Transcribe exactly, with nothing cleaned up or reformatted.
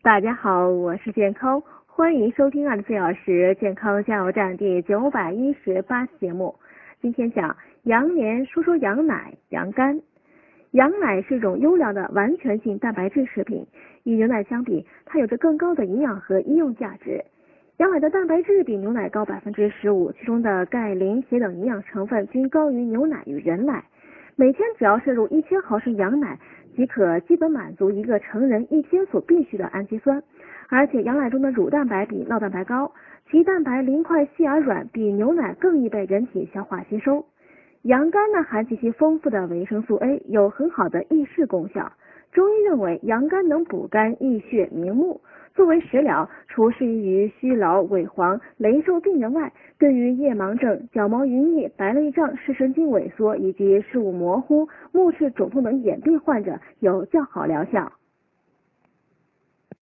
大家好，我是健康，欢迎收听二十四小时健康加油站第九百一十八期节目。今天讲羊年，说说羊奶、羊肝。羊奶是一种优良的完全性蛋白质食品，与牛奶相比，它有着更高的营养和医用价值。羊奶的蛋白质比牛奶高百分之十五，其中的钙、磷、铁等营养成分均高于牛奶与人奶。每天只要摄入一千毫升羊奶，即可基本满足一个成人一天所必需的氨基酸。而且羊奶中的乳蛋白比酪蛋白高，其蛋白零块细而软，比牛奶更易被人体消化吸收。羊肝呢含极其丰富的维生素 A， 有很好的益视功效。中医认为羊肝能补肝益血明目，作为食疗，除适宜于虚劳、萎黄、羸瘦病人外，对于夜盲症、角毛晕翳、白内障、视神经萎缩以及视物模糊、目视肿痛等眼病患者有较好疗效。